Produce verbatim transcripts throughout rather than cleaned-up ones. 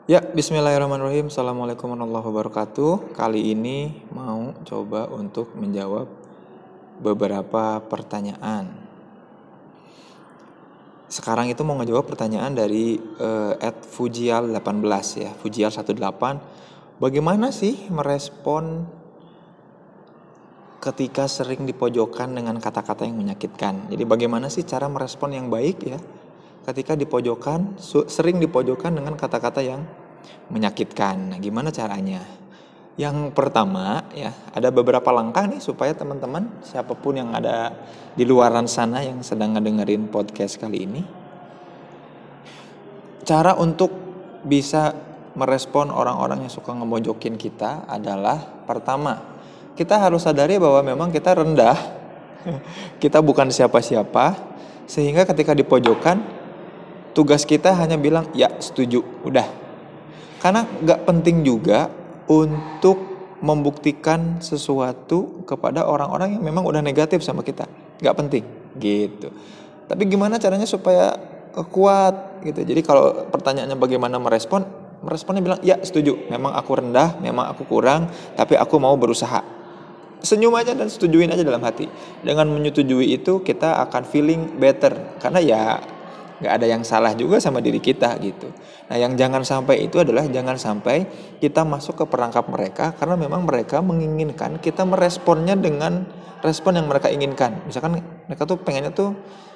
Ya, bismillahirrahmanirrahim. Assalamualaikum warahmatullahi wabarakatuh. Kali ini mau coba untuk menjawab beberapa pertanyaan. Sekarang itu mau ngejawab pertanyaan dari uh, at fujial delapan belas ya, fujial delapan belas. Bagaimana sih merespon ketika sering dipojokkan dengan kata-kata yang menyakitkan? Jadi bagaimana sih cara merespon yang baik ya ketika dipojokkan, su- sering dipojokkan dengan kata-kata yang menyakitkan? Nah, gimana caranya? Yang pertama ya, ada beberapa langkah nih supaya teman-teman siapapun yang ada di luaran sana yang sedang ngedengerin podcast kali ini, cara untuk bisa merespon orang-orang yang suka ngemojokin kita adalah pertama, kita harus sadari bahwa memang kita rendah, kita bukan siapa-siapa, sehingga ketika dipojokkan tugas kita hanya bilang ya setuju, udah. Karena gak penting juga untuk membuktikan sesuatu kepada orang-orang yang memang udah negatif sama kita. Gak penting gitu. Tapi gimana caranya supaya kuat gitu. Jadi kalau pertanyaannya bagaimana merespon, meresponnya bilang ya setuju, memang aku rendah, memang aku kurang, tapi aku mau berusaha. Senyum aja dan setujuin aja dalam hati. Dengan menyetujui itu kita akan feeling better. Karena ya gak ada yang salah juga sama diri kita gitu. Nah, yang jangan sampai itu adalah jangan sampai kita masuk ke perangkap mereka karena memang mereka menginginkan kita meresponnya dengan respon yang mereka inginkan. Misalkan mereka tuh pengennya tuh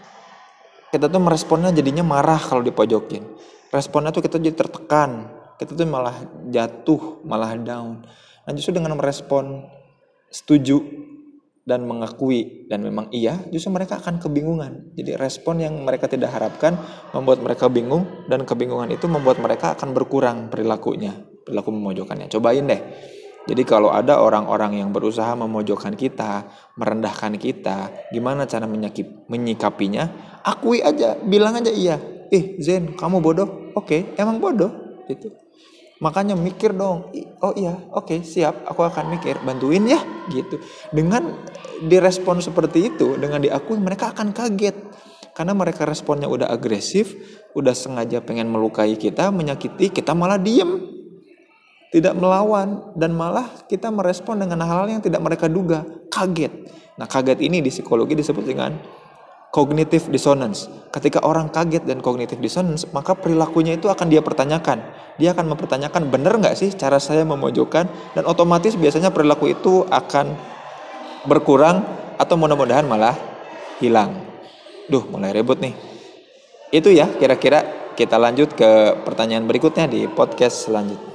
kita tuh meresponnya jadinya marah kalau dipojokin. Responnya tuh kita jadi tertekan, kita tuh malah jatuh, malah down. Nah, justru dengan merespon setuju dan mengakui dan memang iya, justru mereka akan kebingungan. Jadi respon yang mereka tidak harapkan membuat mereka bingung, dan kebingungan itu membuat mereka akan berkurang perilakunya, perilaku memojokkannya. Cobain deh. Jadi kalau ada orang-orang yang berusaha memojokkan kita, merendahkan kita, gimana cara menyakip, menyikapinya? Akui aja, bilang aja iya. Eh Zen, kamu bodoh. Oke, emang bodoh gitu. Makanya mikir dong. Oh iya, oke, siap, aku akan mikir, bantuin ya gitu. Dengan direspon seperti itu, dengan diakui, mereka akan kaget. Karena mereka responnya udah agresif, udah sengaja pengen melukai kita, menyakiti, kita malah diem, tidak melawan, dan malah kita merespon dengan hal-hal yang tidak mereka duga, kaget. Nah, kaget ini di psikologi disebut dengan cognitive dissonance. Ketika orang kaget dan cognitive dissonance, maka perilakunya itu akan dia pertanyakan. Dia akan mempertanyakan, benar nggak sih cara saya memojokkan? Dan otomatis biasanya perilaku itu akan berkurang atau mudah-mudahan malah hilang. Duh, mulai ribut nih. Itu ya kira-kira. Kita lanjut ke pertanyaan berikutnya di podcast selanjutnya.